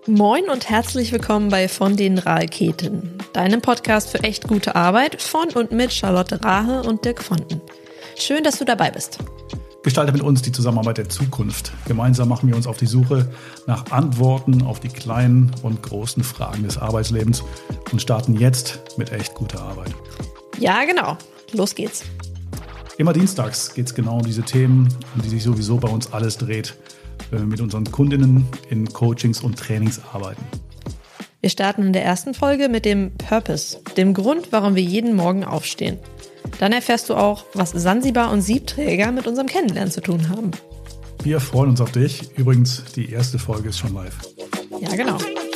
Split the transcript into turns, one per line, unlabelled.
Moin und herzlich willkommen bei Von den Raketen, deinem Podcast für echt gute Arbeit von und mit Charlotte Rahe und Dirk Fonten. Schön, dass du dabei bist.
Gestalte mit uns die Zusammenarbeit der Zukunft. Gemeinsam machen wir uns auf die Suche nach Antworten auf die kleinen und großen Fragen des Arbeitslebens und starten jetzt mit echt guter Arbeit.
Ja, genau. Los geht's.
Immer dienstags geht es genau um diese Themen, um die sich sowieso bei uns alles dreht, wenn wir mit unseren Kundinnen in Coachings und Trainings arbeiten.
Wir starten in der ersten Folge mit dem Purpose, dem Grund, warum wir jeden Morgen aufstehen. Dann erfährst du auch, was Sansibar und Siebträger mit unserem Kennenlernen zu tun haben.
Wir freuen uns auf dich. Übrigens, die erste Folge ist schon live.
Ja, genau.